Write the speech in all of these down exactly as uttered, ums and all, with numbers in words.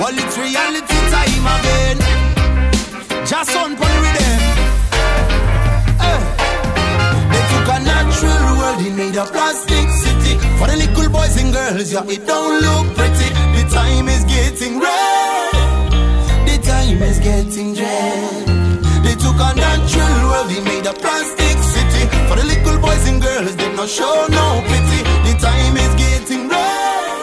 Well, it's reality time again. Just on for the rhythm. Eh. They took a natural world, they made a plastic city. For the little boys and girls, yeah, it don't look pretty. The time is getting red. The time is getting dread. They took a natural world, they made a plastic city. For the little boys and girls, they no show no pity. The time is getting red.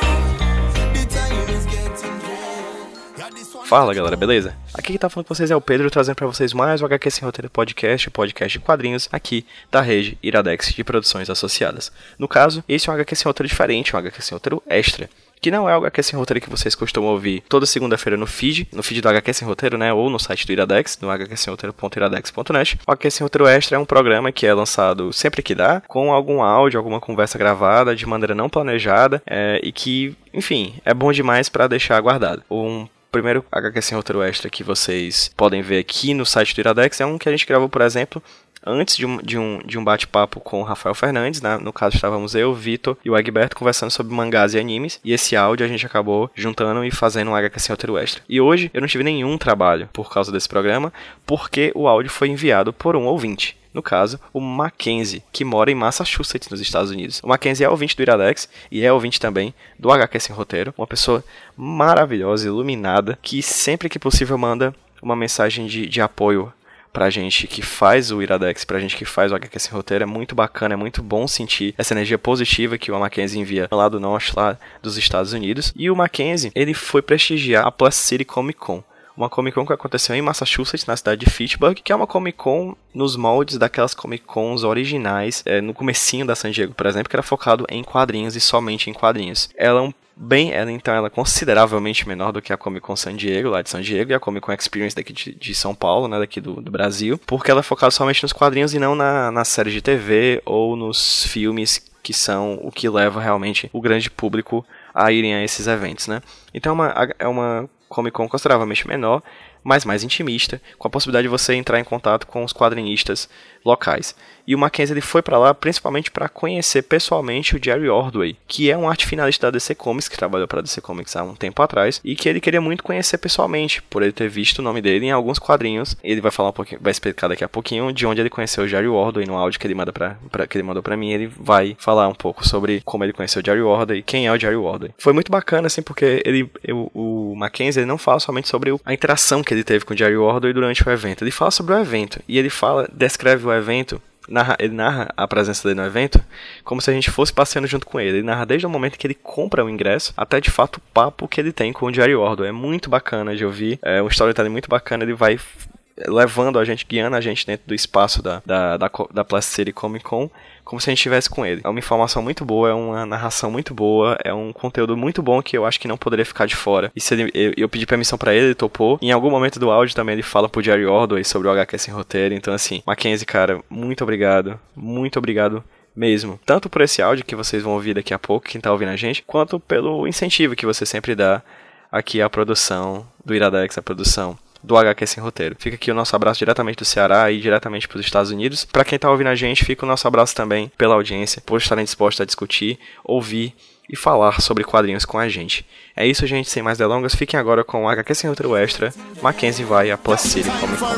The time is getting dread. Yeah, this one... Fala galera, beleza? Aqui quem tá falando com vocês é o Pedro, trazendo pra vocês mais o H Q Sem Roteiro Podcast, o podcast de quadrinhos aqui da rede Iradex de Produções Associadas. No caso, esse é um H Q Sem Roteiro diferente, um H Q Sem Roteiro extra, que não é o H Q Sem Roteiro que vocês costumam ouvir toda segunda-feira no feed, no feed do H Q Sem Roteiro, né, ou no site do Iradex, no h q sem roteiro ponto iradex ponto net. O H Q Sem Roteiro Extra é um programa que é lançado sempre que dá, com algum áudio, alguma conversa gravada, de maneira não planejada, é, e que, enfim, é bom demais pra deixar guardado. Um primeiro H Q Sem Roteiro Extra que vocês podem ver aqui no site do Iradex é um que a gente gravou, por exemplo, antes de um, de um, de um bate-papo com o Rafael Fernandes, né? No caso estávamos eu, o Vitor e o Egberto conversando sobre mangás e animes, e esse áudio a gente acabou juntando e fazendo um H Q Sem Roteiro Extra. E hoje eu não tive nenhum trabalho por causa desse programa, porque o áudio foi enviado por um ouvinte. No caso, o Mackenzie, que mora em Massachusetts, nos Estados Unidos. O Mackenzie é ouvinte do Iradex e é ouvinte também do H Q Sem Roteiro. Uma pessoa maravilhosa, iluminada, que sempre que possível manda uma mensagem de, de apoio pra gente que faz o Iradex, pra gente que faz o H Q Sem Roteiro. É muito bacana, é muito bom sentir essa energia positiva que o Mackenzie envia lá do norte, lá dos Estados Unidos. E o Mackenzie, ele foi prestigiar a Plus City Comic Con. Uma Comic Con que aconteceu em Massachusetts, na cidade de Fitchburg, que é uma Comic Con nos moldes daquelas Comic Cons originais, é, no comecinho da San Diego, por exemplo, que era focado em quadrinhos e somente em quadrinhos. Ela é um Bem, ela então ela é consideravelmente menor do que a Comic Con San Diego, lá de San Diego, e a Comic Con Experience daqui de, de São Paulo, né, daqui do, do Brasil, porque ela é focada somente nos quadrinhos e não na, na série de T V ou nos filmes, que são o que leva realmente o grande público a irem a esses eventos, né? Então é uma, é uma Comic Con consideravelmente menor, mas mais intimista, com a possibilidade de você entrar em contato com os quadrinistas locais. E o Mackenzie ele foi para lá principalmente para conhecer pessoalmente o Jerry Ordway, que é um arte finalista da D C Comics, que trabalhou para a D C Comics há um tempo atrás, e que ele queria muito conhecer pessoalmente, por ele ter visto o nome dele em alguns quadrinhos. Ele vai falar um pouquinho, vai explicar daqui a pouquinho de onde ele conheceu o Jerry Ordway no áudio que ele manda pra, pra, que ele mandou para mim. Ele vai falar um pouco sobre como ele conheceu o Jerry Ordway e quem é o Jerry Ordway. Foi muito bacana, assim, porque ele, eu, o Mackenzie ele não fala somente sobre a interação que ele teve com o Jerry Ordway durante o evento. Ele fala sobre o evento, e ele fala, descreve o evento, narra, ele narra a presença dele no evento como se a gente fosse passeando junto com ele. Ele narra desde o momento que ele compra o ingresso até de fato o papo que ele tem com o Jerry Ordway. É muito bacana de ouvir, é um storytelling muito bacana. Ele vai levando a gente, guiando a gente dentro do espaço da, da, da, da Plus City Comic Con, como se a gente estivesse com ele. É uma informação muito boa, é uma narração muito boa, é um conteúdo muito bom que eu acho que não poderia ficar de fora. E se ele, eu, eu pedi permissão pra ele, ele topou. Em algum momento do áudio também ele fala pro Jerry Ordway sobre o H Q Sem Roteiro. Então assim, Mackenzie, cara, muito obrigado, muito obrigado mesmo. Tanto por esse áudio que vocês vão ouvir daqui a pouco, quem tá ouvindo a gente, quanto pelo incentivo que você sempre dá aqui à produção do Iradex, a produção do H Q Sem Roteiro. Fica aqui o nosso abraço diretamente do Ceará e diretamente para os Estados Unidos. Para quem está ouvindo a gente, fica o nosso abraço também pela audiência, por estarem dispostos a discutir, ouvir e falar sobre quadrinhos com a gente. É isso, gente, sem mais delongas, fiquem agora com o H Q Sem Roteiro Extra. Mackenzie vai a Plus City Comic Con.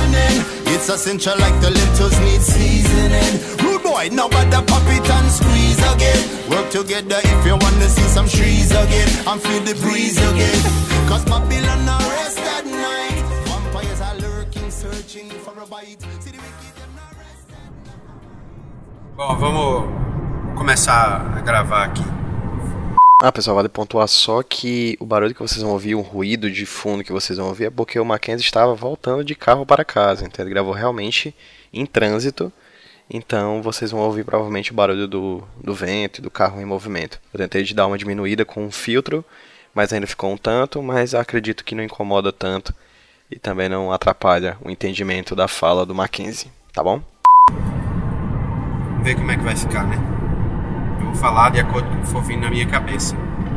Bom, vamos começar a gravar aqui. Ah, pessoal, vale pontuar só que o barulho que vocês vão ouvir, o ruído de fundo que vocês vão ouvir, é porque o Mackenzie estava voltando de carro para casa. Então ele gravou realmente em trânsito. Então vocês vão ouvir provavelmente o barulho do, do vento e do carro em movimento. Eu tentei de dar uma diminuída com um filtro, mas ainda ficou um tanto, mas acredito que não incomoda tanto e também não atrapalha o entendimento da fala do Mackenzie, tá bom? Vamos ver como é que vai ficar, né? Eu vou falar de acordo com o que for vindo na minha cabeça.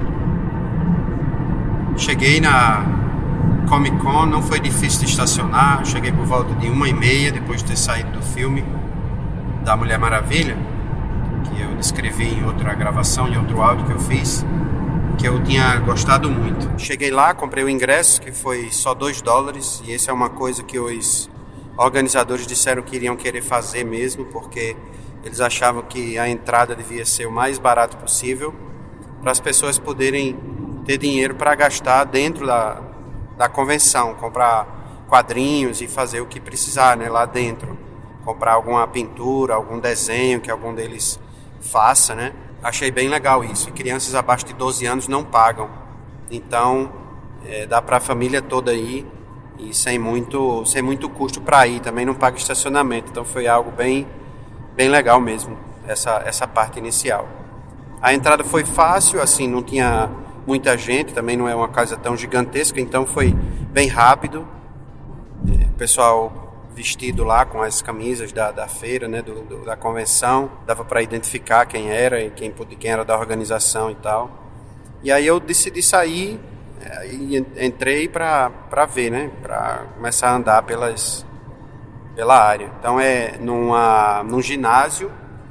Cheguei na Comic Con, não foi difícil de estacionar. Cheguei por volta de uma e meia, depois de ter saído do filme da Mulher Maravilha, que eu descrevi em outra gravação, em outro áudio que eu fiz. que eu tinha gostado muito. Cheguei lá, comprei o ingresso, que foi só dois dólares, e essa é uma coisa que os organizadores disseram que iriam querer fazer mesmo, porque eles achavam que a entrada devia ser o mais barato possível, para as pessoas poderem ter dinheiro para gastar dentro da, da convenção, comprar quadrinhos e fazer o que precisar, né, lá dentro. Comprar alguma pintura, algum desenho que algum deles faça, né? Achei bem legal isso. E crianças abaixo de doze anos não pagam. Então, é, dá para a família toda ir e sem muito, sem muito custo para ir. Também não paga estacionamento. Então, foi algo bem, bem legal mesmo, essa, essa parte inicial. A entrada foi fácil, assim, não tinha muita gente. Também não é uma casa tão gigantesca, então foi bem rápido. O pessoal vestido lá com as camisas da, da feira, né, do, do, da convenção, dava para identificar quem era e quem, quem era da organização e tal. E aí eu decidi sair e entrei para ver, né, para começar a andar pelas, pela área. Então é numa, num ginásio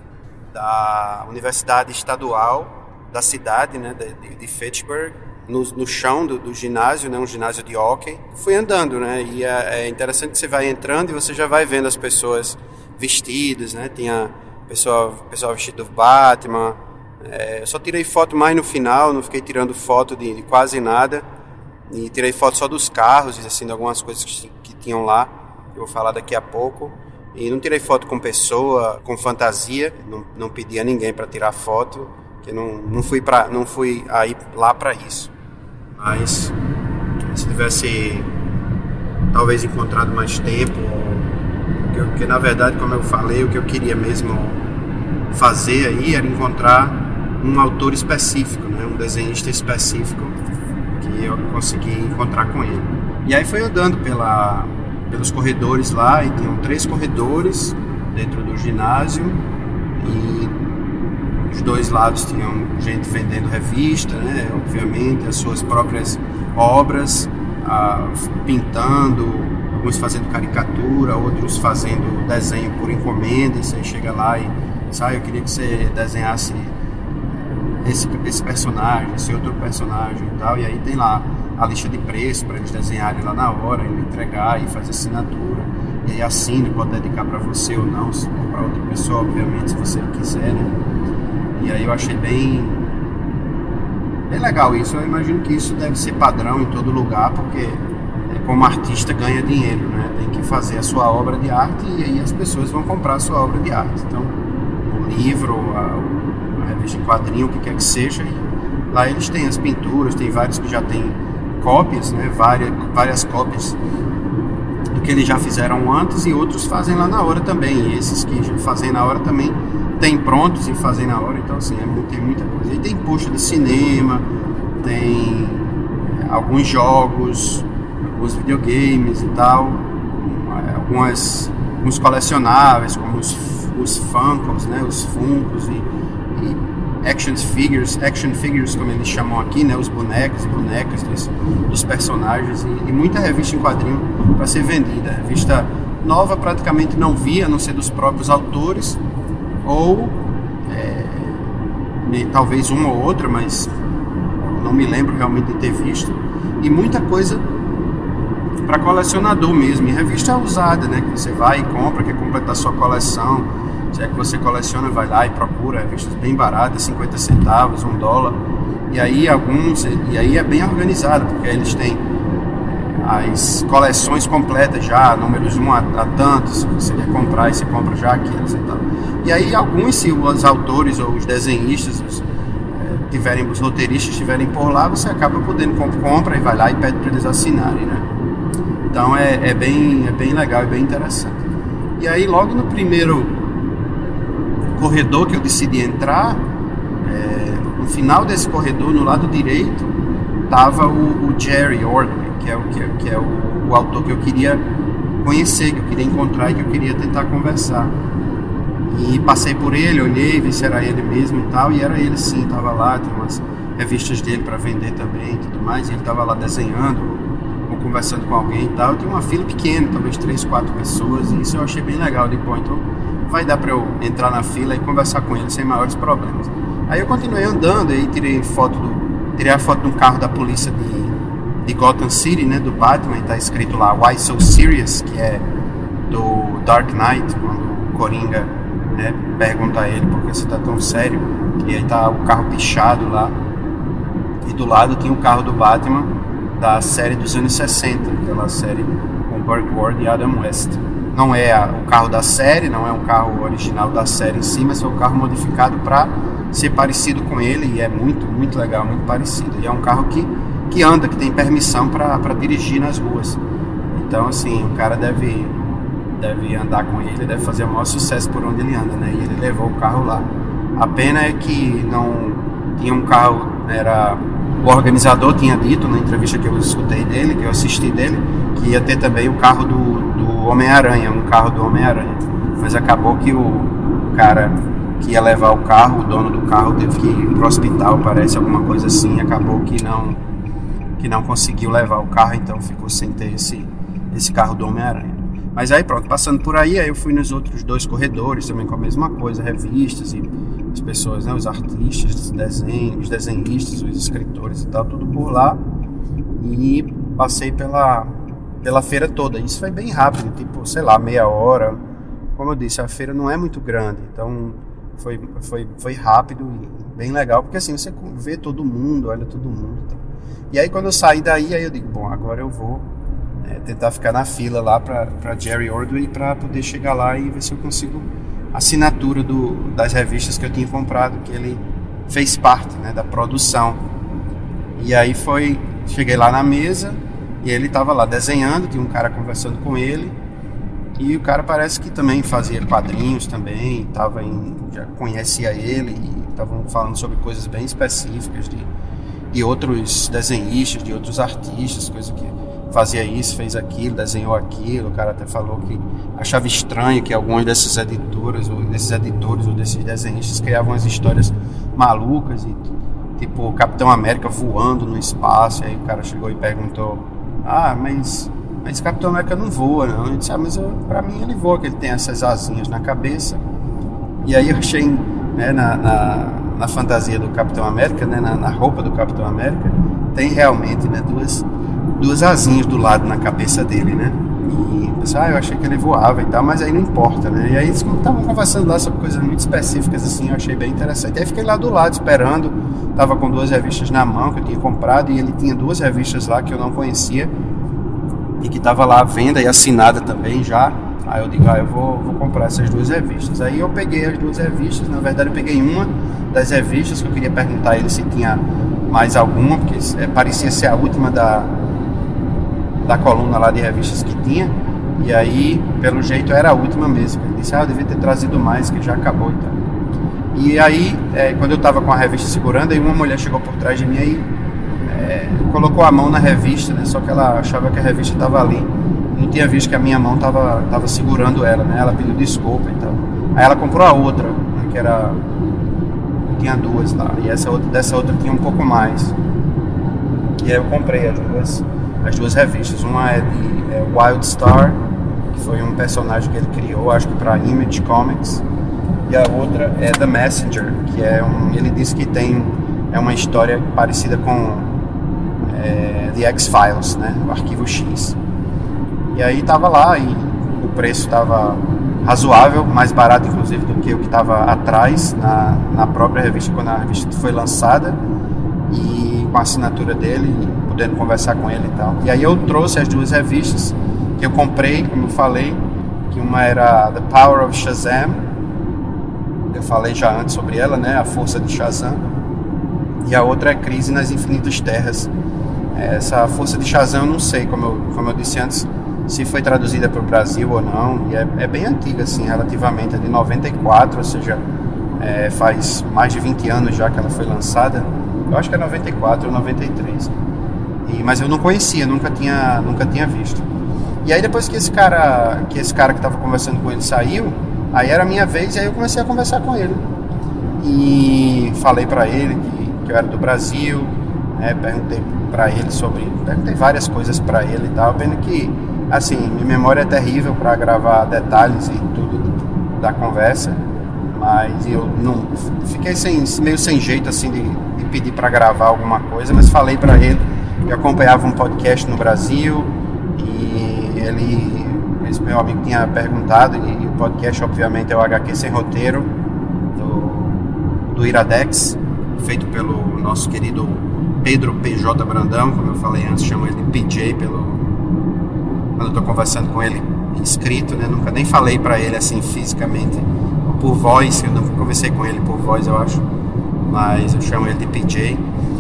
da Universidade Estadual da cidade, né, de, de Fitchburg, No, no chão do, do ginásio, né, um ginásio de hóquei. Fui andando, né, e é, é interessante que você vai entrando e você já vai vendo as pessoas vestidas, né, tinha pessoal, pessoal vestido do Batman. É, eu só tirei foto mais no final, não fiquei tirando foto de, de quase nada, e tirei foto só dos carros, assim, de algumas coisas que, que tinham lá, que eu vou falar daqui a pouco. E não tirei foto com pessoa, com fantasia, não, não pedi a ninguém para tirar foto, que não, não fui, pra, não fui aí, lá para isso. Mas se tivesse talvez encontrado mais tempo, porque, porque na verdade, como eu falei, o que eu queria mesmo fazer aí era encontrar um autor específico, né, um desenhista específico, que eu consegui encontrar com ele. E aí foi andando pela, pelos corredores lá, e tinham três corredores dentro do ginásio, e os dois lados tinham gente vendendo revista, né? Obviamente, as suas próprias obras, ah, pintando, alguns fazendo caricatura, outros fazendo desenho por encomenda. Você chega lá e diz, ah, eu queria que você desenhasse esse, esse personagem, esse outro personagem e tal. E aí tem lá a lista de preço para eles desenharem lá na hora, ele entregar e fazer assinatura. E aí assina, pode dedicar para você ou não, ou para outra pessoa, obviamente, se você quiser, né? E aí eu achei bem, bem legal isso. Eu imagino que isso deve ser padrão em todo lugar, porque é, como artista ganha dinheiro, né? Tem que fazer a sua obra de arte e aí as pessoas vão comprar a sua obra de arte. Então, o livro, a, a revista em quadrinho, o que quer que seja, e lá eles têm as pinturas, tem vários que já têm cópias, né? Várias, várias cópias do que eles já fizeram antes, e outros fazem lá na hora também. E esses que fazem na hora também tem prontos e fazem na hora. Então assim, é, tem muita coisa. E tem post de cinema, tem alguns jogos, alguns videogames e tal, algumas, alguns colecionáveis como os, os Funkos, né, os Funkos e, e action figures, action figures como eles chamam aqui, né, os bonecos e bonecas dos, dos personagens, e, e muita revista em quadrinho para ser vendida. Revista nova praticamente não via, a não ser dos próprios autores, ou é, talvez uma ou outra, mas não me lembro realmente de ter visto. E muita coisa para colecionador mesmo, e revista usada, né, que você vai e compra, quer completar sua coleção. Se é que você coleciona, vai lá e procura revistas bem baratas, cinquenta centavos, um dólar. E aí alguns, e aí é bem organizado, porque eles têm as coleções completas já, números um a, a tantos, se você quer comprar, e você compra já aqueles e tal. E aí alguns, se os autores ou os desenhistas, os, é, tiverem, os roteiristas estiverem por lá, você acaba podendo comp- compra e vai lá e pede para eles assinarem, né? Então é, é, bem, é bem legal e bem interessante. E aí logo no primeiro corredor que eu decidi entrar, é, no final desse corredor, no lado direito, estava o, o Jerry Ordway, que é, o, que é, que é o, o autor que eu queria conhecer, que eu queria encontrar e que eu queria tentar conversar. E passei por ele, olhei, vi se era ele mesmo e tal, e era ele sim, estava lá, tinha umas revistas dele para vender também e tudo mais, e ele estava lá desenhando ou conversando com alguém e tal. Tinha uma fila pequena, talvez três, quatro pessoas, e isso eu achei bem legal. De bom, então vai dar para eu entrar na fila e conversar com ele sem maiores problemas. Aí eu continuei andando, e aí tirei foto do, tirei a foto de um carro da polícia de, de Gotham City, né, do Batman, e tá escrito lá Why So Serious, que é do Dark Knight, quando o Coringa, né, pergunta a ele por que você tá tão sério, e aí tá o carro pichado lá, e do lado tinha o carro do Batman da série dos anos sessenta, aquela série com Burt Ward e Adam West. Não é a, o carro da série, não é um carro original da série em si, mas é um carro modificado para ser parecido com ele, e é muito, muito legal, muito parecido. E é um carro que, que anda, que tem permissão para dirigir nas ruas. Então, assim, o cara deve, deve andar com ele, deve fazer o maior sucesso por onde ele anda, né? E ele levou o carro lá. A pena é que não tinha um carro, era... O organizador tinha dito na entrevista que eu escutei dele, que eu assisti dele, que ia ter também o carro do, do Homem-Aranha, um carro do Homem-Aranha. Mas acabou que o cara que ia levar o carro, o dono do carro, teve que ir pro hospital, parece, alguma coisa assim, acabou que não, que não conseguiu levar o carro, então ficou sem ter esse, esse carro do Homem-Aranha. Mas aí pronto, passando por aí, aí eu fui nos outros dois corredores também com a mesma coisa, revistas e as pessoas, né, os artistas, os desenhos, os desenhistas, os escritores e tal, tudo por lá. E passei pela, pela feira toda. Isso foi bem rápido, tipo, sei lá, meia hora. Como eu disse, a feira não é muito grande, então foi, foi, foi rápido e bem legal, porque assim, você vê todo mundo, olha todo mundo. Tá? E aí quando eu saí daí, aí eu digo, bom, agora eu vou é, tentar ficar na fila lá pra, pra Jerry Ordway pra poder chegar lá e ver se eu consigo assinatura do, das revistas que eu tinha comprado, que ele fez parte, né, da produção. E aí foi, cheguei lá na mesa e ele estava lá desenhando, tinha um cara conversando com ele, e o cara parece que também fazia quadrinhos também, tava em, já conhecia ele, e estavam falando sobre coisas bem específicas de, de outros desenhistas, de outros artistas, coisa que fazia isso, fez aquilo, desenhou aquilo. O cara até falou que achava estranho que alguns desses editores, ou desses editores ou desses desenhistas criavam as histórias malucas, e tipo o Capitão América voando no espaço. E aí o cara chegou e perguntou: ah, mas, mas Capitão América não voa, não? Eu disse: ah, mas eu, pra mim ele voa, que ele tem essas asinhas na cabeça. E aí eu achei, né, na, na, na fantasia do Capitão América, né, na, na roupa do Capitão América, tem realmente, né, duas duas asinhas do lado na cabeça dele, né? E eu pensei, ah, eu achei que ele voava e tal, mas aí não importa, né? E aí eles estavam conversando lá sobre coisas muito específicas, assim, eu achei bem interessante. Aí fiquei lá do lado esperando, tava com duas revistas na mão que eu tinha comprado, e ele tinha duas revistas lá que eu não conhecia e que tava lá à venda e assinada também já. Aí eu digo, ah, eu vou, vou comprar essas duas revistas. Aí eu peguei as duas revistas, na verdade eu peguei uma das revistas, que eu queria perguntar a ele se tinha mais alguma, porque é, parecia ser a última da da coluna lá de revistas que tinha, e aí pelo jeito era a última mesmo. Ele disse, ah, eu devia ter trazido mais, que já acabou e tal. E aí é, quando eu tava com a revista segurando, aí uma mulher chegou por trás de mim e é, colocou a mão na revista, né, só que ela achava que a revista tava ali, não tinha visto que a minha mão tava, tava segurando ela, né, ela pediu desculpa e tal. Aí ela comprou a outra, né, que era, tinha duas lá, e essa outra, dessa outra tinha um pouco mais, e aí eu comprei as duas as duas revistas. Uma é de é, Wildstar, que foi um personagem que ele criou, acho que para Image Comics, e a outra é The Messenger, que é um, ele disse que tem é uma história parecida com é, The X-Files, né, o Arquivo X. E aí tava lá, e o preço tava razoável, mais barato inclusive do que o que estava atrás na, na própria revista, quando a revista foi lançada, e com a assinatura dele, podendo conversar com ele e tal. E aí eu trouxe as duas revistas que eu comprei, como eu falei, que uma era The Power of Shazam, eu falei já antes sobre ela, né, a força de Shazam, e a outra é Crise nas Infinitas Terras. Essa força de Shazam eu não sei, como eu, como eu disse antes, se foi traduzida para o Brasil ou não, e é, é bem antiga assim, relativamente, é de noventa e quatro, ou seja, é, faz mais de vinte anos já que ela foi lançada. Eu acho que é noventa e quatro ou noventa e três. E, mas eu não conhecia, nunca tinha, nunca tinha visto. E aí depois que esse cara que esse cara que estava conversando com ele saiu, aí era a minha vez, e aí eu comecei a conversar com ele. E falei para ele que, que eu era do Brasil, né, perguntei para ele sobre... Perguntei várias coisas para ele e tal, vendo que, assim, minha memória é terrível para gravar detalhes e tudo da conversa, mas eu não fiquei sem, meio sem jeito assim de, de pedir para gravar alguma coisa, mas falei para ele que eu acompanhava um podcast no Brasil e ele, esse meu amigo tinha perguntado, e o podcast obviamente é o H Q Sem Roteiro do, do Iradex, feito pelo nosso querido Pedro P J Brandão, como eu falei antes, chamo ele de P J pelo, quando eu estou conversando com ele escrito, né? Nunca nem falei para ele assim fisicamente, por voz, eu não conversei com ele por voz, eu acho, mas eu chamo ele de P J.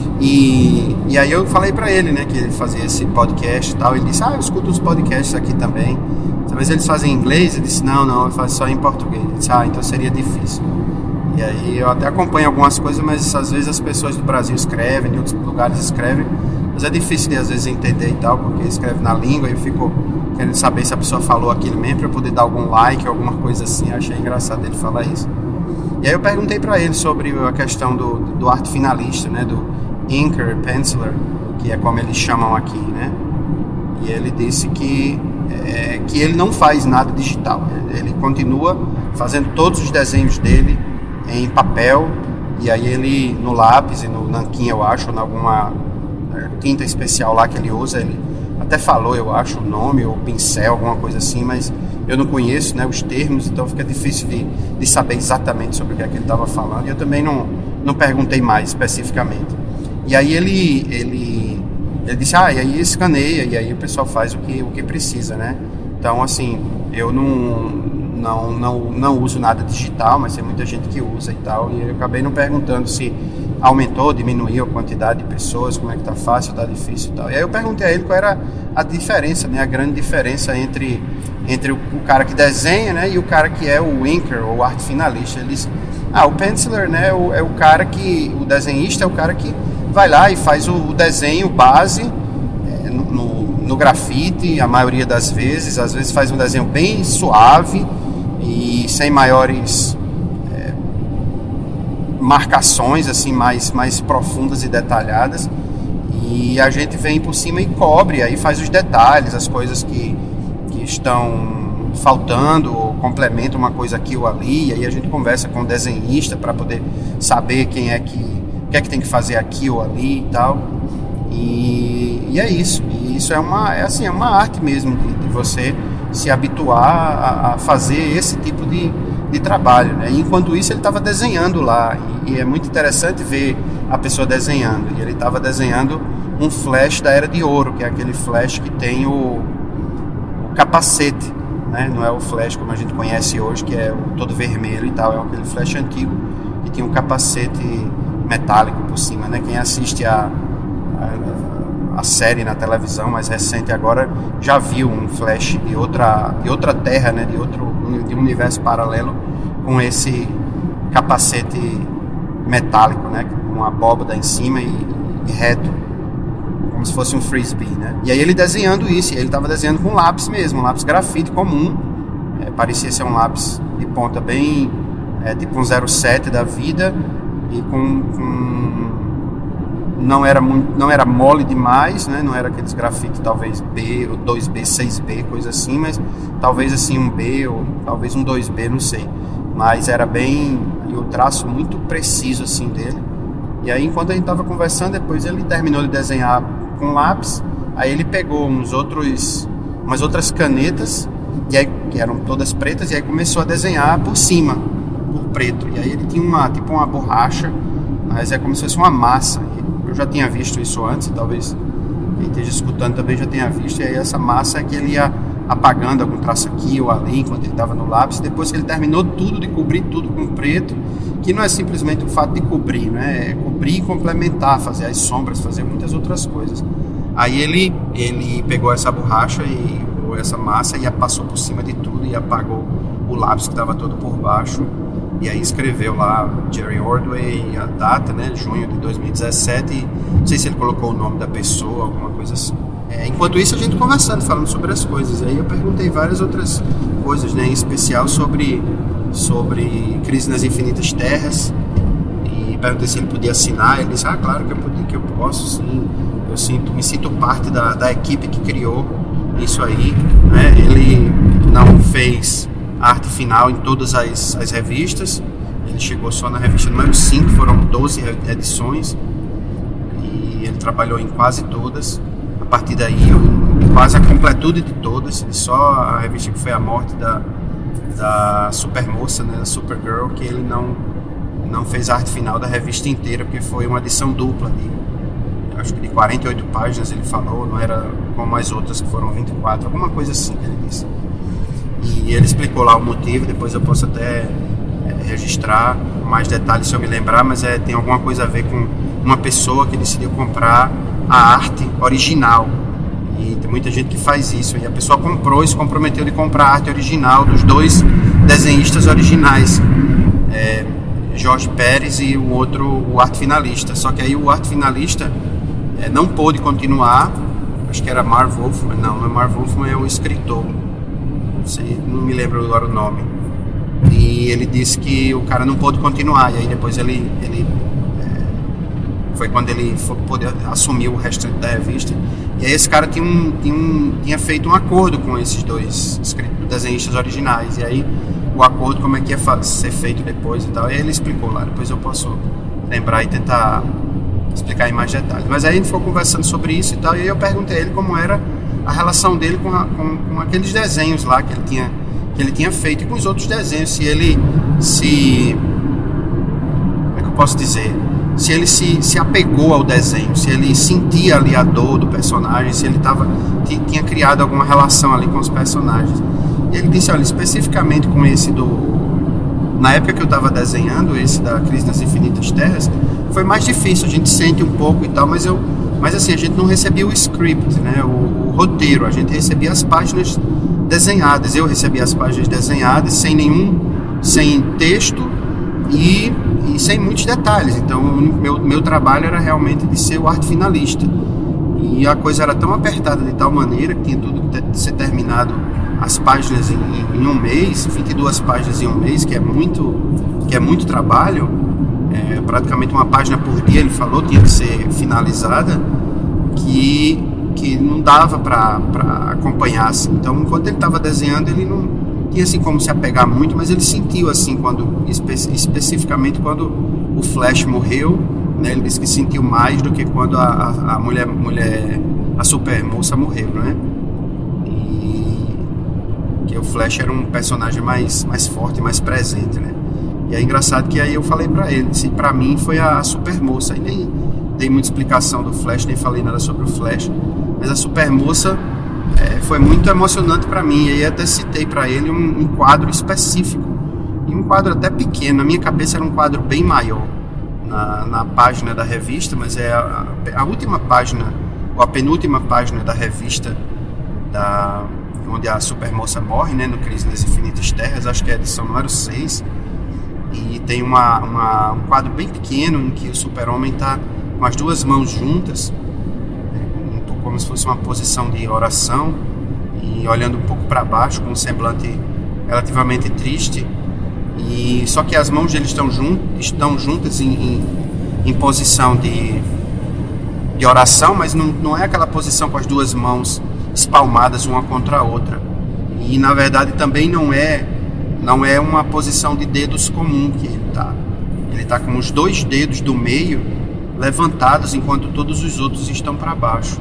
E, e aí eu falei para ele, né, que ele fazia esse podcast e tal. Ele disse, ah, eu escuto uns podcasts aqui também, mas eles fazem em inglês? Eu disse, não, não, eu faço só em português. Ele disse, ah, então seria difícil. E aí eu até acompanho algumas coisas, mas às vezes as pessoas do Brasil escrevem, de outros lugares escrevem, mas é difícil de às vezes entender e tal, porque escreve na língua e eu fico querendo saber se a pessoa falou aquilo mesmo para eu poder dar algum like ou alguma coisa assim. Eu achei engraçado ele falar isso. E aí eu perguntei para ele sobre a questão do, do arte finalista, né, do inker, penciler, que é como eles chamam aqui, né? E ele disse que, é, que ele não faz nada digital, ele, ele continua fazendo todos os desenhos dele em papel, e aí ele no lápis e no nanquim, eu acho, ou em alguma tinta especial lá que ele usa, ele até falou, eu acho, o nome, ou pincel, alguma coisa assim, mas eu não conheço, né, os termos, então fica difícil de, de saber exatamente sobre o que é que ele estava falando, e eu também não, não perguntei mais especificamente. E aí ele, ele, ele disse, ah, e aí escaneia, e aí o pessoal faz o que, o que precisa, né? Então, assim, eu não, não, não, não uso nada digital, mas tem muita gente que usa e tal, e eu acabei não perguntando se aumentou, diminuiu a quantidade de pessoas, como é que tá fácil, tá difícil e tal. E aí eu perguntei a ele qual era a diferença, né, a grande diferença entre, entre o, o cara que desenha, né, e o cara que é o inker, ou arte finalista. Ele disse, ah, o penciler, né, é o, é o cara que, o desenhista é o cara que vai lá e faz o, o desenho base é, no, no, no grafite, a maioria das vezes, às vezes faz um desenho bem suave e sem maiores é, marcações assim mais, mais profundas e detalhadas, e a gente vem por cima e cobre, aí faz os detalhes, as coisas que, que estão faltando, ou complementa uma coisa aqui ou ali, e aí a gente conversa com o desenhista para poder saber quem é que o que é que tem que fazer aqui ou ali e tal, e, e é isso, e isso é uma, é assim, é uma arte mesmo de, de você se habituar a, a fazer esse tipo de, de trabalho, né? E enquanto isso ele estava desenhando lá, e, e é muito interessante ver a pessoa desenhando, e ele estava desenhando um flash da Era de Ouro, que é aquele flash que tem o, o capacete, né? Não é o flash como a gente conhece hoje, que é o todo vermelho e tal, é aquele flash antigo que tinha um capacete metálico por cima, né? Quem assiste a, a, a série na televisão mais recente agora já viu um flash de outra, de outra terra, né? De outro, de um universo paralelo com esse capacete metálico, né? Com uma abóbada em cima e, e reto, como se fosse um frisbee, né? E aí ele desenhando isso, e ele estava desenhando com lápis mesmo, um lápis grafite comum, é, parecia ser um lápis de ponta bem, é, tipo um zero sete da vida, e com, com não era muito, não era mole demais, né? Não era aqueles grafite talvez B ou dois B, seis B, coisa assim, mas talvez assim um B ou talvez um dois B, não sei, mas era bem, e o traço muito preciso assim dele. E aí enquanto a gente estava conversando, depois ele terminou de desenhar com lápis, aí ele pegou uns outros, umas outras canetas, e aí, que eram todas pretas, e aí começou a desenhar por cima, por preto, e aí ele tinha uma, tipo uma borracha, mas é como se fosse uma massa. Eu já tinha visto isso antes, talvez quem esteja escutando também já tenha visto, e aí essa massa é que ele ia apagando algum traço aqui ou ali enquanto ele estava no lápis, depois que ele terminou tudo, de cobrir tudo com preto, que não é simplesmente o fato de cobrir, né? É cobrir e complementar, fazer as sombras, fazer muitas outras coisas. Aí ele, ele pegou essa borracha e, ou essa massa e passou por cima de tudo e apagou o lápis que estava todo por baixo, e aí escreveu lá Jerry Ordway, a data, né, junho de dois mil e dezessete, e não sei se ele colocou o nome da pessoa, alguma coisa assim. É, enquanto isso a gente conversando, falando sobre as coisas, aí eu perguntei várias outras coisas, né, em especial sobre, sobre Crise nas Infinitas Terras, e perguntei se ele podia assinar. Ele disse, ah, claro que eu, podia, que eu posso, sim, eu sinto, me sinto parte da, da equipe que criou isso aí, né? Ele não fez arte final em todas as, as revistas, ele chegou só na revista número cinco, foram doze edições, e ele trabalhou em quase todas. A partir daí, quase a completude de todas, só a revista que foi a morte da, da Supermoça, né, da Supergirl, que ele não, não fez a arte final da revista inteira, porque foi uma edição dupla, de, acho que de quarenta e oito páginas ele falou, não era como as outras que foram vinte e quatro, alguma coisa assim que ele disse. E ele explicou lá o motivo, depois eu posso até é, registrar mais detalhes se eu me lembrar, mas é, tem alguma coisa a ver com uma pessoa que decidiu comprar a arte original. E tem muita gente que faz isso, e a pessoa comprou e se comprometeu de comprar a arte original dos dois desenhistas originais, é, Jorge Pérez e o outro, o arte finalista. Só que aí o arte finalista é, não pôde continuar, acho que era Marv Wolfman, não, não é Marv Wolfman, é o escritor, não sei, não me lembro agora o nome. E ele disse que o cara não pôde continuar, e aí depois ele, ele é, foi quando ele foi, pôde assumir o restante da revista. E aí esse cara tinha, um, tinha, um, tinha feito um acordo com esses dois desenhistas originais, e aí o acordo como é que ia ser feito depois e tal, e aí ele explicou lá, depois eu posso lembrar e tentar explicar em mais detalhes. Mas aí a gente ficou conversando sobre isso e tal, e aí eu perguntei a ele como era a relação dele com, a, com, com aqueles desenhos lá que ele tinha que ele tinha feito e com os outros desenhos, se ele se como é que eu posso dizer, se ele se, se apegou ao desenho, se ele sentia ali a dor do personagem, se ele tava, tinha criado alguma relação ali com os personagens. E ele disse, olha, especificamente com esse do... Na época que eu estava desenhando esse da Crise nas Infinitas Terras, foi mais difícil, a gente sente um pouco e tal, mas eu mas assim, a gente não recebia o script, né, o, o roteiro, a gente recebia as páginas desenhadas, eu recebia as páginas desenhadas sem nenhum, sem texto e, e sem muitos detalhes. Então meu, meu trabalho era realmente de ser o arte finalista, e a coisa era tão apertada de tal maneira que tinha tudo que ser terminado as páginas em, em um mês, vinte e duas páginas em um mês, que é muito, que é muito trabalho, é, praticamente uma página por dia, ele falou, tinha que ser finalizada, que que não dava para acompanhar assim. Então, enquanto ele estava desenhando, ele não tinha assim como se apegar muito, mas ele sentiu assim, quando espe especificamente quando o Flash morreu, né, ele disse que sentiu mais do que quando a, a, a mulher, mulher, a Supermoça morreu, né? E que o Flash era um personagem mais, mais forte, mais presente, né? E é engraçado que aí eu falei para ele, disse, para mim foi a, a Supermoça, e nem dei muita explicação do Flash, nem falei nada sobre o Flash, mas a Supermoça é, foi muito emocionante para mim. E aí até citei para ele um, um quadro específico, e um quadro até pequeno, na minha cabeça era um quadro bem maior na, na página da revista, mas é a, a última página, ou a penúltima página da revista da, onde a Supermoça morre, né, no Crise nas Infinitas Terras, acho que é a edição número seis, e tem uma, uma, um quadro bem pequeno em que o Super-Homem está com as duas mãos juntas, como se fosse uma posição de oração, e olhando um pouco para baixo, com um semblante relativamente triste, e só que as mãos dele estão, jun estão juntas em, em, em posição de, de oração, mas não, não é aquela posição com as duas mãos espalmadas uma contra a outra, e na verdade também não é, não é uma posição de dedos comum que ele está. Ele está com os dois dedos do meio levantados enquanto todos os outros estão para baixo.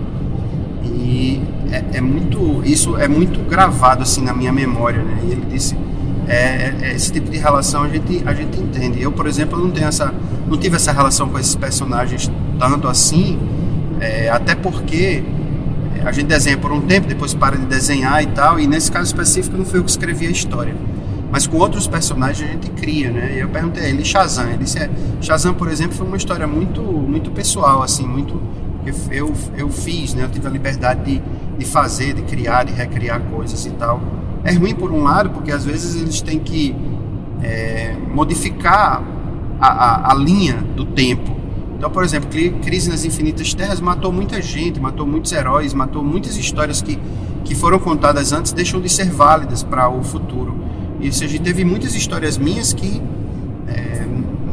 E é, é muito, isso é muito gravado assim na minha memória, né? E ele disse, é, é, esse tipo de relação a gente, a gente entende. Eu, por exemplo, não tenho essa, não tive essa relação com esses personagens tanto assim, é, até porque a gente desenha por um tempo, depois para de desenhar e tal, e nesse caso específico não foi eu que escrevi a história, mas com outros personagens a gente cria, né? E eu perguntei a ele, Shazam, ele disse, é, Shazam, por exemplo, foi uma história muito, muito pessoal, assim, muito... Eu, eu fiz, né? Eu tive a liberdade de, de fazer, de criar, de recriar coisas e tal. É ruim por um lado, porque às vezes eles têm que é, modificar a, a, a linha do tempo. Então, por exemplo, Crise nas Infinitas Terras matou muita gente, matou muitos heróis, matou muitas histórias que, que foram contadas antes, deixam de ser válidas para o futuro. E, ou seja, teve muitas histórias minhas que... É,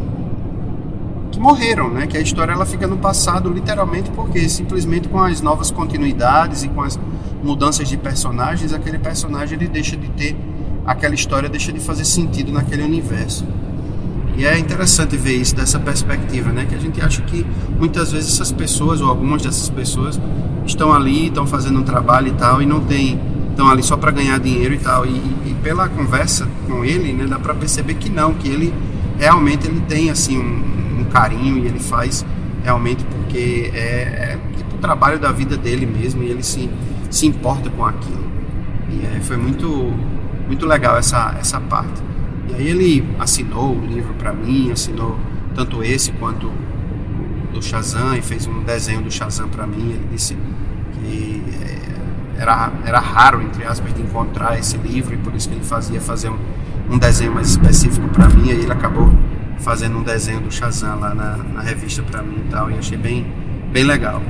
que morreram, né? Que a história ela fica no passado literalmente porque simplesmente com as novas continuidades e com as mudanças de personagens, aquele personagem ele deixa de ter, aquela história deixa de fazer sentido naquele universo. E é interessante ver isso dessa perspectiva, né? Que a gente acha que muitas vezes essas pessoas, ou algumas dessas pessoas, estão ali, estão fazendo um trabalho e tal, e não tem, estão ali só para ganhar dinheiro e tal. E, e pela conversa com ele, né, dá para perceber que não, que ele realmente ele tem assim um, um carinho, e ele faz realmente porque é, é tipo o trabalho da vida dele mesmo, e ele se, se importa com aquilo. E é, foi muito, muito legal essa, essa parte. E aí ele assinou o livro para mim, assinou tanto esse quanto o do Shazam, e fez um desenho do Shazam para mim. Ele disse que era, era raro, entre aspas, de encontrar esse livro, e por isso que ele fazia fazer um, um desenho mais específico para mim. E aí ele acabou fazendo um desenho do Shazam lá na, na revista para mim e tal, e achei bem, bem legal.